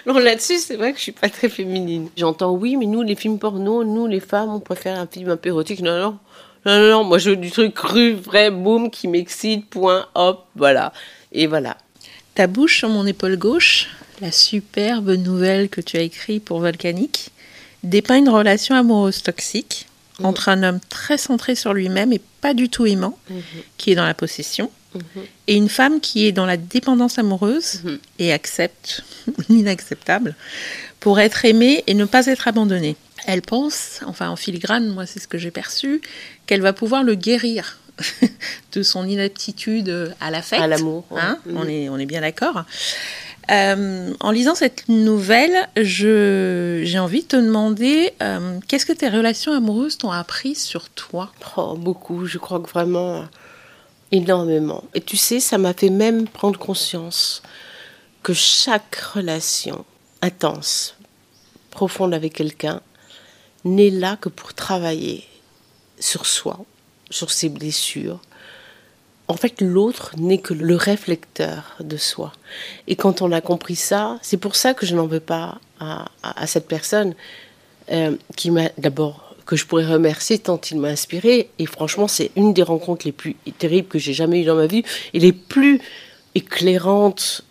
Non, là-dessus, c'est vrai que je suis pas très féminine. J'entends, oui, mais nous, les films porno, nous, les femmes, on préfère un film un peu érotique. Non, non, non, non, non, moi, je veux du truc cru, vrai, boum, qui m'excite, point, hop, voilà. Et voilà. Ta bouche sur mon épaule gauche, la superbe nouvelle que tu as écrite pour Volcanique, dépeint une relation amoureuse toxique mmh. entre un homme très centré sur lui-même et pas du tout aimant, mmh. qui est dans la possession, mmh. et une femme qui est dans la dépendance amoureuse mmh. et accepte l'inacceptable pour être aimée et ne pas être abandonnée. Elle pense, enfin en filigrane, moi c'est ce que j'ai perçu, qu'elle va pouvoir le guérir de son inaptitude à l'affect. À l'amour. Hein, mmh. on, est, on est bien d'accord. Euh, en lisant cette nouvelle, je, j'ai envie de te demander euh, qu'est-ce que tes relations amoureuses t'ont appris sur toi ? Oh, beaucoup, je crois que vraiment énormément. Et tu sais, ça m'a fait même prendre conscience que chaque relation intense, profonde avec quelqu'un, n'est là que pour travailler sur soi, sur ses blessures. En fait, l'autre n'est que le réflecteur de soi. Et quand on a compris ça, c'est pour ça que je n'en veux pas à, à, à cette personne euh, qui m'a d'abord, que je pourrais remercier tant il m'a inspirée. Et franchement, c'est une des rencontres les plus terribles que j'ai jamais eues dans ma vie et les plus éclairantes.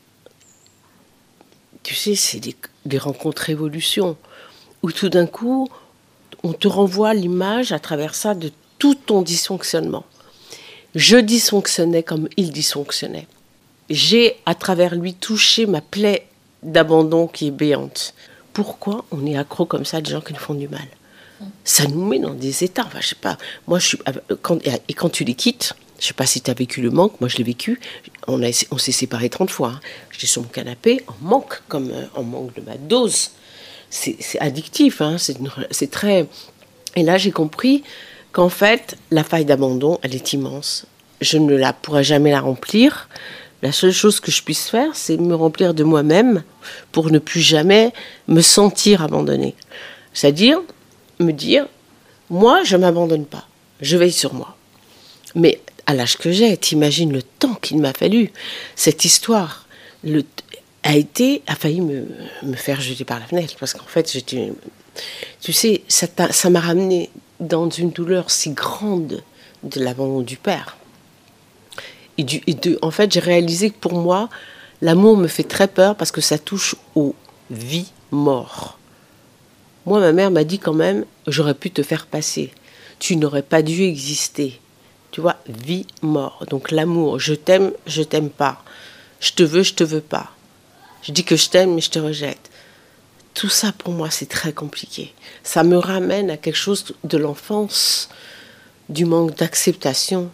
Tu sais, c'est des, des rencontres révolution où tout d'un coup, on te renvoie l'image à travers ça de tout ton dysfonctionnement. Je dysfonctionnais comme il dysfonctionnait. J'ai, à travers lui, touché ma plaie d'abandon qui est béante. Pourquoi on est accro comme ça à des gens qui nous font du mal ? Ça nous met dans des états. Enfin, je sais pas. Moi, je suis. Quand, et quand tu les quittes, je sais pas si tu as vécu le manque. Moi, je l'ai vécu. On, a, on s'est séparés trente fois. Hein. J'étais sur mon canapé en manque, comme euh, en manque de ma dose. C'est, c'est addictif. Hein. C'est, une, c'est très. Et là, j'ai compris qu'en fait, la faille d'abandon, elle est immense. Je ne la pourrai jamais la remplir. La seule chose que je puisse faire, c'est me remplir de moi-même pour ne plus jamais me sentir abandonnée. C'est-à-dire me dire, moi, je ne m'abandonne pas. Je veille sur moi. Mais à l'âge que j'ai, t'imagines le temps qu'il m'a fallu. Cette histoire le, a été, a failli me, me faire jeter par la fenêtre. Parce qu'en fait, j'étais... Tu sais, ça, ça m'a ramené dans une douleur si grande de l'abandon du père. Et, du, et de, en fait, j'ai réalisé que pour moi, l'amour me fait très peur parce que ça touche aux vies-morts. Moi, ma mère m'a dit quand même, j'aurais pu te faire passer. Tu n'aurais pas dû exister. Tu vois, vie-mort. Donc l'amour, je t'aime, je t'aime pas. Je te veux, je te veux pas. Je dis que je t'aime, mais je te rejette. Tout ça, pour moi, c'est très compliqué. Ça me ramène à quelque chose de l'enfance, du manque d'acceptation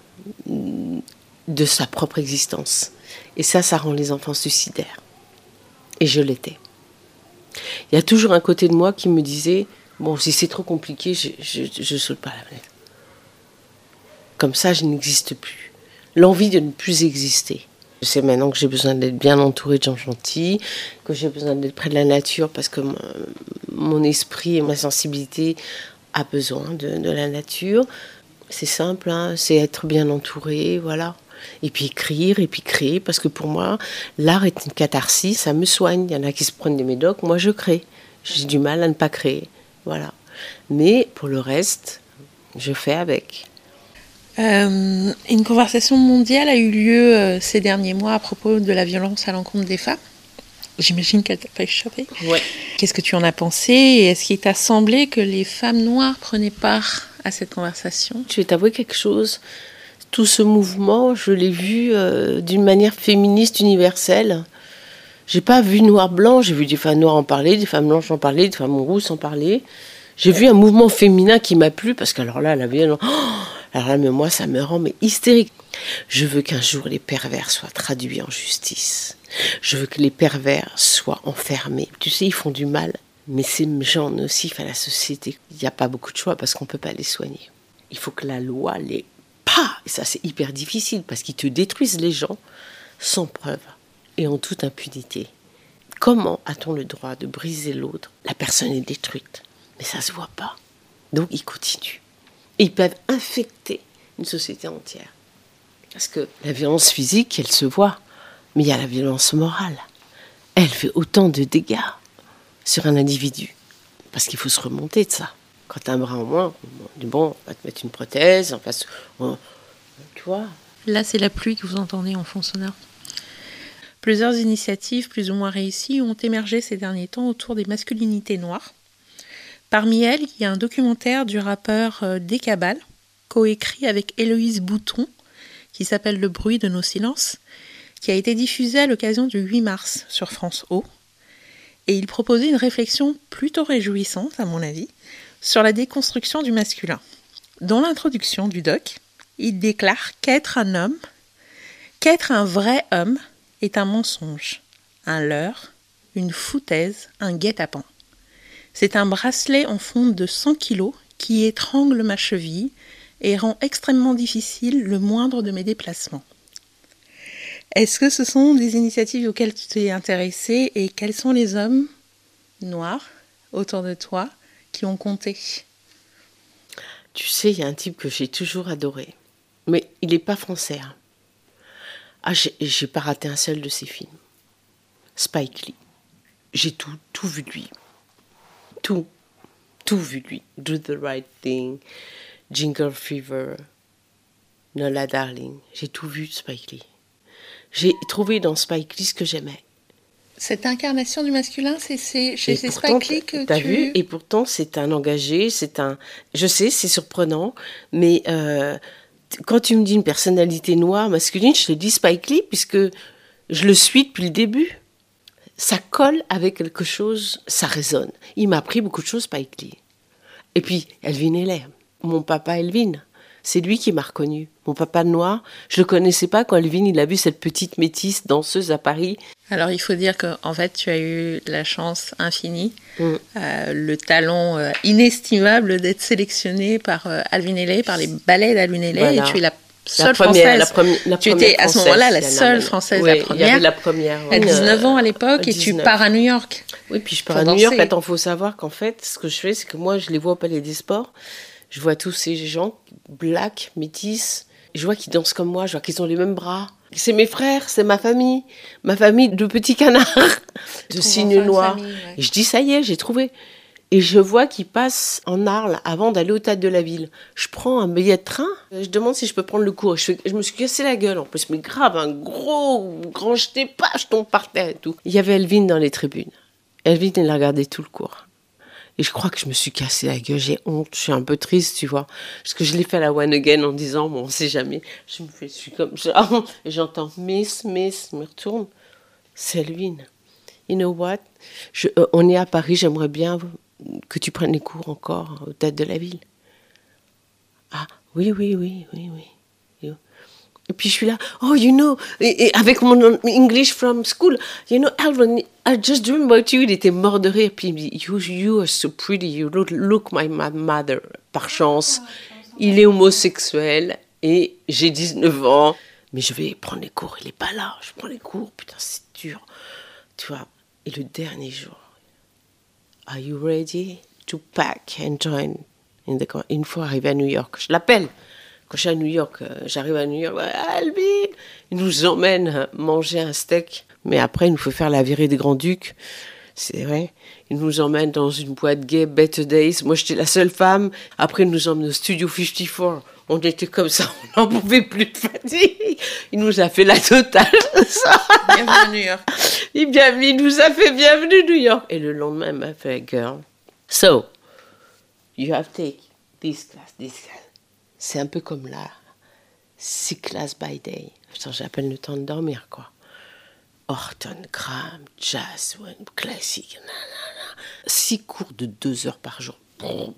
de sa propre existence. Et ça, ça rend les enfants suicidaires. Et je l'étais. Il y a toujours un côté de moi qui me disait, bon, si c'est trop compliqué, je ne saute pas à la fenêtre. Comme ça, je n'existe plus. L'envie de ne plus exister. Je sais maintenant que j'ai besoin d'être bien entourée de gens gentils, que j'ai besoin d'être près de la nature parce que mon, mon esprit et ma sensibilité a besoin de, de la nature. C'est simple, hein, c'est être bien entouré, voilà. Et puis écrire, et puis créer, parce que pour moi, l'art est une catharsis, ça me soigne. Il y en a qui se prennent des médocs, moi je crée. J'ai du mal à ne pas créer, voilà. Mais pour le reste, je fais avec. Euh, une conversation mondiale a eu lieu euh, ces derniers mois à propos de la violence à l'encontre des femmes. J'imagine qu'elle t'a pas échappé. Ouais. Qu'est-ce que tu en as pensé et est-ce qu'il t'a semblé que les femmes noires prenaient part à cette conversation ? Je vais t'avouer quelque chose. Tout ce mouvement, je l'ai vu euh, d'une manière féministe universelle. J'ai pas vu noir-blanc, j'ai vu des femmes noires en parler, des femmes blanches en parler, des femmes rousses en parler. J'ai vu un mouvement féminin qui m'a plu parce qu'alors là, la violence... Oh, alors là, mais moi, ça me rend mais hystérique. Je veux qu'un jour, les pervers soient traduits en justice. Je veux que les pervers soient enfermés. Tu sais, ils font du mal, mais ces gens nocifs à la société, il n'y a pas beaucoup de choix parce qu'on ne peut pas les soigner. Il faut que la loi les... Pah ! Et ça, c'est hyper difficile parce qu'ils te détruisent les gens sans preuve et en toute impunité. Comment a-t-on le droit de briser l'autre ? La personne est détruite, mais ça ne se voit pas. Donc, ils continuent. Et ils peuvent infecter une société entière. Parce que la violence physique, elle se voit. Mais il y a la violence morale. Elle fait autant de dégâts. sur un individu. Parce qu'il faut se remonter de ça. Quand tu as un bras en moins, on dit bon, on va te mettre une prothèse, en face, on, tu vois. Là, c'est la pluie que vous entendez en fond sonore. Plusieurs initiatives plus ou moins réussies ont émergé ces derniers temps autour des masculinités noires. Parmi elles, il y a un documentaire du rappeur Décabal, coécrit avec Héloïse Bouton, qui s'appelle Le bruit de nos silences, qui a été diffusé à l'occasion du huit mars sur France O. Et il proposait une réflexion plutôt réjouissante, à mon avis, sur la déconstruction du masculin. Dans l'introduction du doc, il déclare qu'être un homme, qu'être un vrai homme, est un mensonge, un leurre, une foutaise, un guet-apens. C'est un bracelet en fonte de cent kilos qui étrangle ma cheville et rend extrêmement difficile le moindre de mes déplacements. Est-ce que ce sont des initiatives auxquelles tu t'es intéressée et quels sont les hommes noirs autour de toi qui ont compté? Tu sais, il y a un type que j'ai toujours adoré, mais il n'est pas français. Hein. Ah, j'ai, j'ai pas raté un seul de ses films. Spike Lee. J'ai tout, tout vu de lui. Tout, tout vu de lui. Do the Right Thing, Jingle Fever, Nola Darling. J'ai tout vu de Spike Lee. J'ai trouvé dans Spike Lee ce que j'aimais. Cette incarnation du masculin, c'est, c'est chez ces Spike Lee que t'as tu... vu, et pourtant, c'est un engagé, c'est un... Je sais, c'est surprenant, mais euh, quand tu me dis une personnalité noire, masculine, je te dis Spike Lee, puisque je le suis depuis le début. Ça colle avec quelque chose, ça résonne. Il m'a appris beaucoup de choses, Spike Lee. Et puis, Elvin Ailey, mon papa Elvin, c'est lui qui m'a reconnu. Mon papa noir, je le connaissais pas quand Elvin, il a vu cette petite métisse danseuse à Paris. Alors, il faut dire qu'en fait, tu as eu la chance infinie, Mm. euh, le talent euh, inestimable d'être sélectionné par euh, Alvin Ailey, par les ballets d'Alvin Ailey, Voilà. et tu es la seule La première, française. la première, la Tu première étais à ce française, moment-là la Yana seule Mel. française, Oui, la il y première. avait la première. À dix-neuf ans à l'époque, et tu dix-neuf. pars à New York. Oui, puis je pars pour à New danser. York. Attends, il faut savoir qu'en fait, ce que je fais, c'est que moi, je les vois au Palais des Sports. Je vois tous ces gens, black, métis. Je vois qu'ils dansent comme moi, je vois qu'ils ont les mêmes bras. C'est mes frères, c'est ma famille. Ma famille de petits canards, de signes noirs. Famille, ouais. Et je dis, ça y est, j'ai trouvé. Et je vois qu'ils passent en Arles avant d'aller au théâtre de la ville. Je prends un billet de train, je demande si je peux prendre le cours. Je, fais, je me suis cassé la gueule en plus, mais grave, un gros grand jeté, pas, je tombe par terre et tout. Il y avait Elvin dans les tribunes. Elvin, il a regardé tout le cours. Et je crois que je me suis cassé la gueule, j'ai honte, je suis un peu triste, tu vois. Parce que je l'ai fait à la One Again en disant, bon, on sait jamais. Je me fais, je suis comme ça, et j'entends Miss, Miss, me retourne. C'est Elvin. You know what? Je, euh, on est à Paris, j'aimerais bien que tu prennes les cours encore au théâtre de la ville. Ah, oui, oui, oui, oui, oui. Et puis je suis là, oh, you know, et, et avec mon English from school, you know, Alvin, I just dream about you. Il était mort de rire. Puis il me dit, you, you are so pretty, you look, look my mother. Par chance, il est homosexuel et j'ai dix-neuf ans. Mais je vais prendre les cours, il n'est pas là. Je prends les cours, putain, c'est dur. Tu vois, et le dernier jour, are you ready to pack and join in the... Une fois arrivé à New York, je l'appelle. Quand je suis à New York, euh, j'arrive à New York, Alvin, il nous emmène manger un steak. Mais après, il nous faut faire la virée des Grands-Ducs. C'est vrai. Il nous emmène dans une boîte gay, Better Days. Moi, j'étais la seule femme. Après, il nous emmène au Studio cinquante-quatre. On était comme ça, on n'en pouvait plus de fatigue. Il nous a fait la totale. Bienvenue à New York. Il, bien, il nous a fait bienvenue à New York. Et le lendemain, il m'a fait, girl, so, you have to take this class, this class. C'est un peu comme là, six classes by day. Putain, j'appelle le temps de dormir, quoi. Horton, Graham, jazz, classique, nanana. Six cours de deux heures par jour.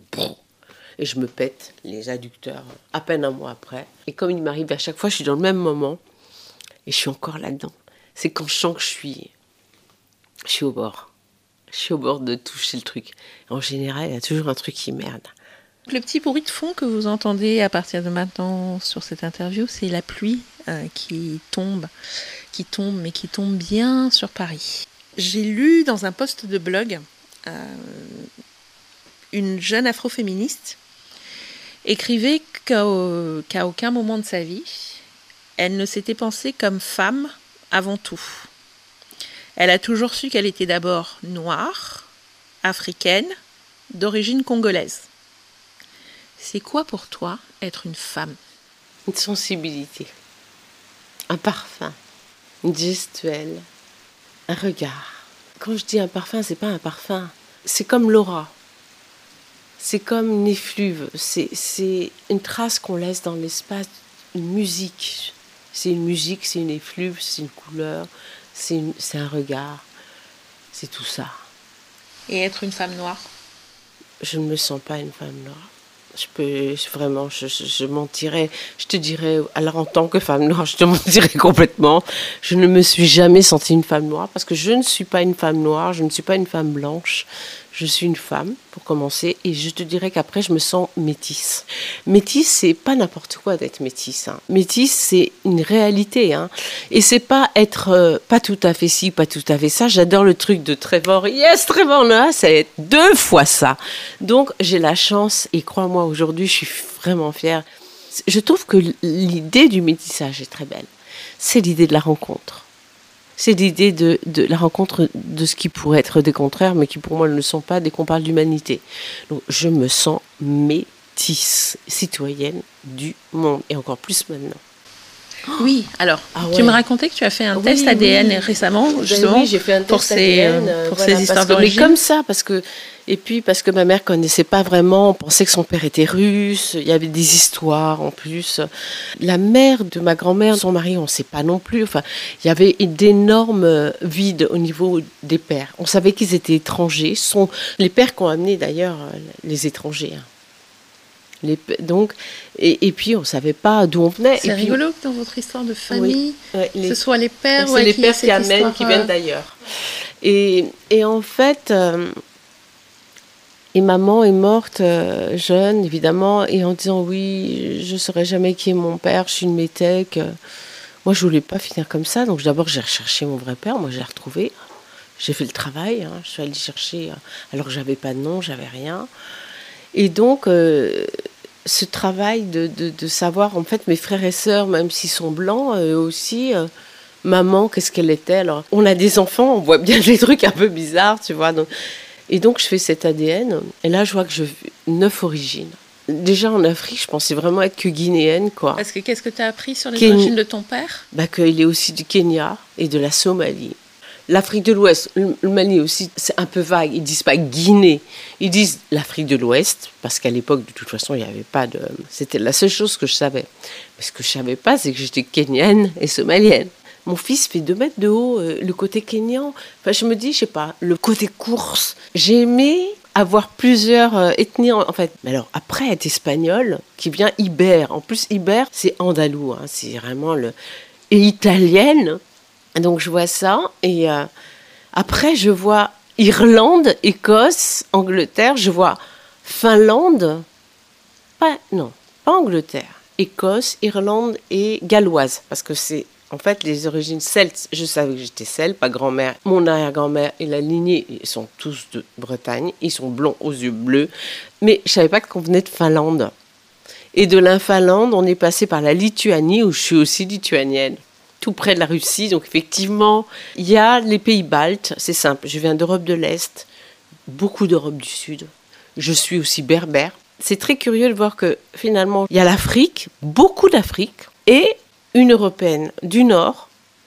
Et je me pète les adducteurs à peine un mois après. Et comme il m'arrive à chaque fois, je suis dans le même moment. Et je suis encore là-dedans. C'est quand je sens que je suis, je suis au bord. Je suis au bord de toucher le truc. En général, il y a toujours un truc qui merde. Le petit bruit de fond que vous entendez à partir de maintenant sur cette interview, c'est la pluie euh, qui tombe, qui tombe, mais qui tombe bien sur Paris. J'ai lu dans un post de blog euh, une jeune afroféministe écrivait qu'à, qu'à aucun moment de sa vie, elle ne s'était pensée comme femme avant tout. Elle a toujours su qu'elle était d'abord noire, africaine, d'origine congolaise. C'est quoi pour toi être une femme ? Une sensibilité, un parfum, une gestuelle, un regard. Quand je dis un parfum, c'est pas un parfum, c'est comme l'aura. C'est comme une effluve, c'est, c'est une trace qu'on laisse dans l'espace, une musique. C'est une musique, c'est une effluve, c'est une couleur, c'est, une, c'est un regard, c'est tout ça. Et être une femme noire ? Je ne me sens pas une femme noire. Je peux vraiment, je, je, je mentirais, je te dirais, alors en tant que femme noire, je te mentirais complètement. Je ne me suis jamais sentie une femme noire parce que je ne suis pas une femme noire, je ne suis pas une femme blanche. Je suis une femme, pour commencer, et je te dirais qu'après, je me sens métisse. Métisse, c'est pas n'importe quoi d'être métisse. Hein. Métisse, c'est une réalité. Hein. Et c'est pas être euh, pas tout à fait ci, pas tout à fait ça. J'adore le truc de Trevor. Yes, Trevor Noah, c'est deux fois ça. Donc, j'ai la chance, et crois-moi, aujourd'hui, je suis vraiment fière. Je trouve que l'idée du métissage est très belle. C'est l'idée de la rencontre. C'est l'idée de, de la rencontre de ce qui pourrait être des contraires, mais qui pour moi ne le sont pas dès qu'on parle d'humanité. Donc je me sens métisse, citoyenne du monde, et encore plus maintenant. Oui, alors, ah ouais. Tu me racontais que tu as fait un oui, test A D N oui. justement, ben justement oui, j'ai fait un test pour ces, A D N, euh, pour voilà, ces histoires que, d'origine. Mais comme ça, parce que, et puis parce que ma mère connaissait pas vraiment, on pensait que son père était russe, il y avait des histoires en plus. La mère de ma grand-mère, son mari, on ne sait pas non plus. Enfin, il y avait d'énormes vides au niveau des pères. On savait qu'ils étaient étrangers. Ce sont les pères qui ont amené d'ailleurs les étrangers. Hein. Les, donc, et, et puis on ne savait pas d'où on venait. C'est et puis, rigolo que dans votre histoire de famille, oui, ouais, les, ce soit les pères, c'est ouais, les qui, pères qui amènent, histoire, qui viennent d'ailleurs. Et, et en fait, euh, et maman est morte euh, jeune, évidemment, et en disant oui, je ne saurais jamais qui est mon père, je suis une métèque. Moi, je ne voulais pas finir comme ça, donc d'abord j'ai recherché mon vrai père, moi je l'ai retrouvé. J'ai fait le travail, hein, je suis allée chercher, alors que je n'avais pas de nom, j'avais rien. Et donc, euh, ce travail de, de, de savoir, en fait, mes frères et sœurs, même s'ils sont blancs, eux aussi, euh, maman, qu'est-ce qu'elle était ? Alors, on a des enfants, on voit bien des trucs un peu bizarres, tu vois. Donc, et donc, je fais cet A D N, et là, je vois que je neuf origines. Déjà, en Afrique, je pensais vraiment être que guinéenne, quoi. Parce que qu'est-ce que tu as appris sur les Ken... origines de ton père ? Bah, qu'il est aussi du Kenya et de la Somalie. L'Afrique de l'Ouest, le Mali aussi, c'est un peu vague. Ils disent pas Guinée, ils disent l'Afrique de l'Ouest, parce qu'à l'époque, de toute façon, il n'y avait pas de... C'était la seule chose que je savais. Mais ce que je ne savais pas, c'est que j'étais kenyane et somalienne. Mon fils fait deux mètres de haut, euh, le côté kenyan. Enfin, je me dis, je sais pas, le côté course. J'ai aimé avoir plusieurs euh, ethnies, en, en fait. Mais alors, après, être espagnol, qui vient ibère. En plus, ibère, c'est andalou, hein, c'est vraiment le... Et italienne. Donc je vois ça, et euh, après je vois Irlande, Écosse, Angleterre, je vois Finlande, pas, non, pas Angleterre, Écosse, Irlande et galloise, parce que c'est en fait les origines celtes, je savais que j'étais celte, pas grand-mère, mon arrière-grand-mère et la lignée, ils sont tous de Bretagne, ils sont blonds aux yeux bleus, mais je savais pas qu'on venait de Finlande. Et de la Finlande, on est passé par la Lituanie, où je suis aussi lituanienne. Tout près de la Russie, donc effectivement, il y a les pays baltes, c'est simple, je viens d'Europe de l'Est, beaucoup d'Europe du Sud, je suis aussi berbère. C'est très curieux de voir que finalement, il y a l'Afrique, beaucoup d'Afrique, et une Européenne du Nord,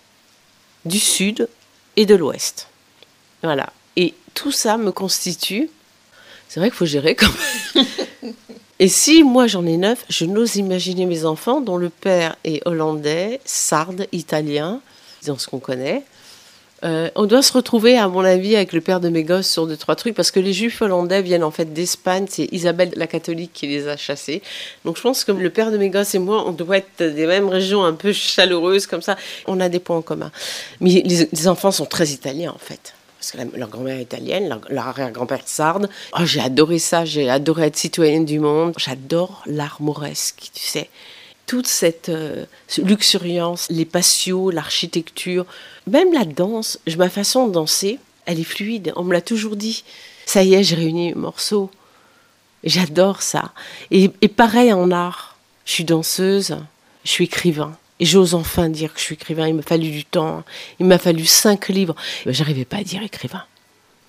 du Sud et de l'Ouest. Voilà, et tout ça me constitue, c'est vrai qu'il faut gérer quand même. Et si moi j'en ai neuf, je n'ose imaginer mes enfants dont le père est hollandais, sarde, italien, disons ce qu'on connaît. Euh, on doit se retrouver, à mon avis, avec le père de mes gosses sur deux, trois trucs, parce que les juifs hollandais viennent en fait d'Espagne, c'est Isabelle la catholique qui les a chassés. Donc je pense que le père de mes gosses et moi, on doit être des mêmes régions un peu chaleureuses comme ça. On a des points en commun. Mais les, les enfants sont très italiens en fait. Parce que la, leur grand-mère est italienne, leur, leur arrière-grand-père sarde. Oh, j'ai adoré ça, j'ai adoré être citoyenne du monde. J'adore l'art mauresque, tu sais. Toute cette euh, luxuriance, les patios, l'architecture, même la danse, ma façon de danser, elle est fluide. On me l'a toujours dit. Ça y est, j'ai réuni mes morceaux. J'adore ça. Et, et pareil en art. Je suis danseuse, je suis écrivain. Et j'ose enfin dire que je suis écrivain. Il m'a fallu du temps. Il m'a fallu cinq livres. Mais j'arrivais pas à dire écrivain.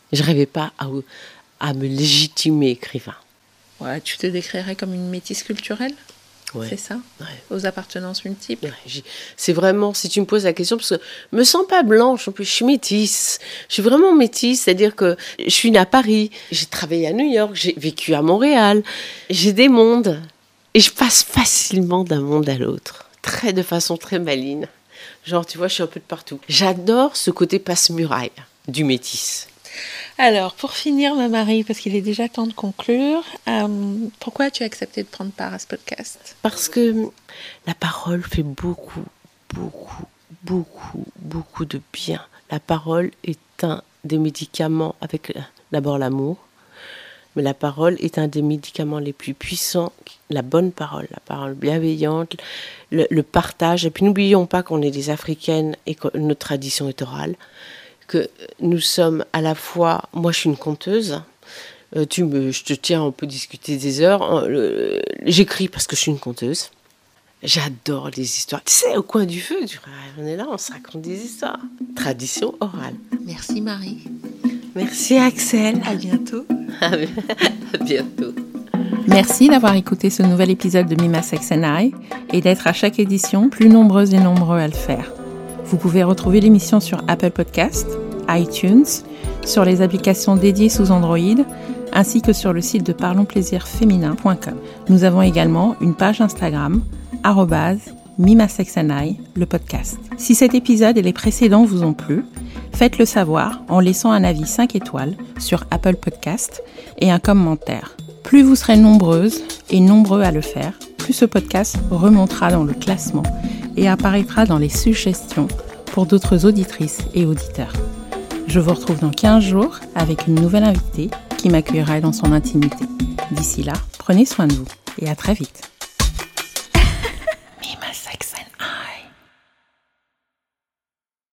Je rêvais pas à, à me légitimer écrivain. Ouais, tu te décrirais comme une métisse culturelle ? Ouais. C'est ça ? Ouais. Aux appartenances multiples ? Ouais, c'est vraiment, si tu me poses la question, parce que je me sens pas blanche, en plus je suis métisse. Je suis vraiment métisse, c'est-à-dire que je suis née à Paris, j'ai travaillé à New York, j'ai vécu à Montréal. J'ai des mondes et je passe facilement d'un monde à l'autre, très de façon très maligne. Genre, tu vois, je suis un peu de partout. J'adore ce côté passe-muraille du métis. Alors, pour finir, ma Marie, parce qu'il est déjà temps de conclure, euh, pourquoi as-tu accepté de prendre part à ce podcast ? Parce que la parole fait beaucoup, beaucoup, beaucoup, beaucoup de bien. La parole est un des médicaments, avec d'abord l'amour, mais la parole est un des médicaments les plus puissants. La bonne parole, la parole bienveillante, le, le partage. Et puis n'oublions pas qu'on est des Africaines et que notre tradition est orale. Que nous sommes à la fois, moi je suis une conteuse, euh, tu me, je te tiens, on peut discuter des heures, euh, j'écris parce que je suis une conteuse, j'adore les histoires, tu sais, au coin du feu, tu, on est là, on se raconte des histoires, tradition orale. Merci Marie. Merci Axel. À bientôt. À bientôt. Merci d'avoir écouté ce nouvel épisode de Mima Sex and I et d'être à chaque édition plus nombreuses et nombreux à le faire. Vous pouvez retrouver l'émission sur Apple Podcasts, iTunes, sur les applications dédiées sous Android, ainsi que sur le site de parlons plaisir féminin point com. Nous avons également une page Instagram, arobase Mima Sex and I, le podcast. Si cet épisode et les précédents vous ont plu, faites-le savoir en laissant un avis cinq étoiles sur Apple Podcasts et un commentaire. Plus vous serez nombreuses et nombreux à le faire, plus ce podcast remontera dans le classement et apparaîtra dans les suggestions pour d'autres auditrices et auditeurs. Je vous retrouve dans quinze jours avec une nouvelle invitée qui m'accueillera dans son intimité. D'ici là, prenez soin de vous et à très vite.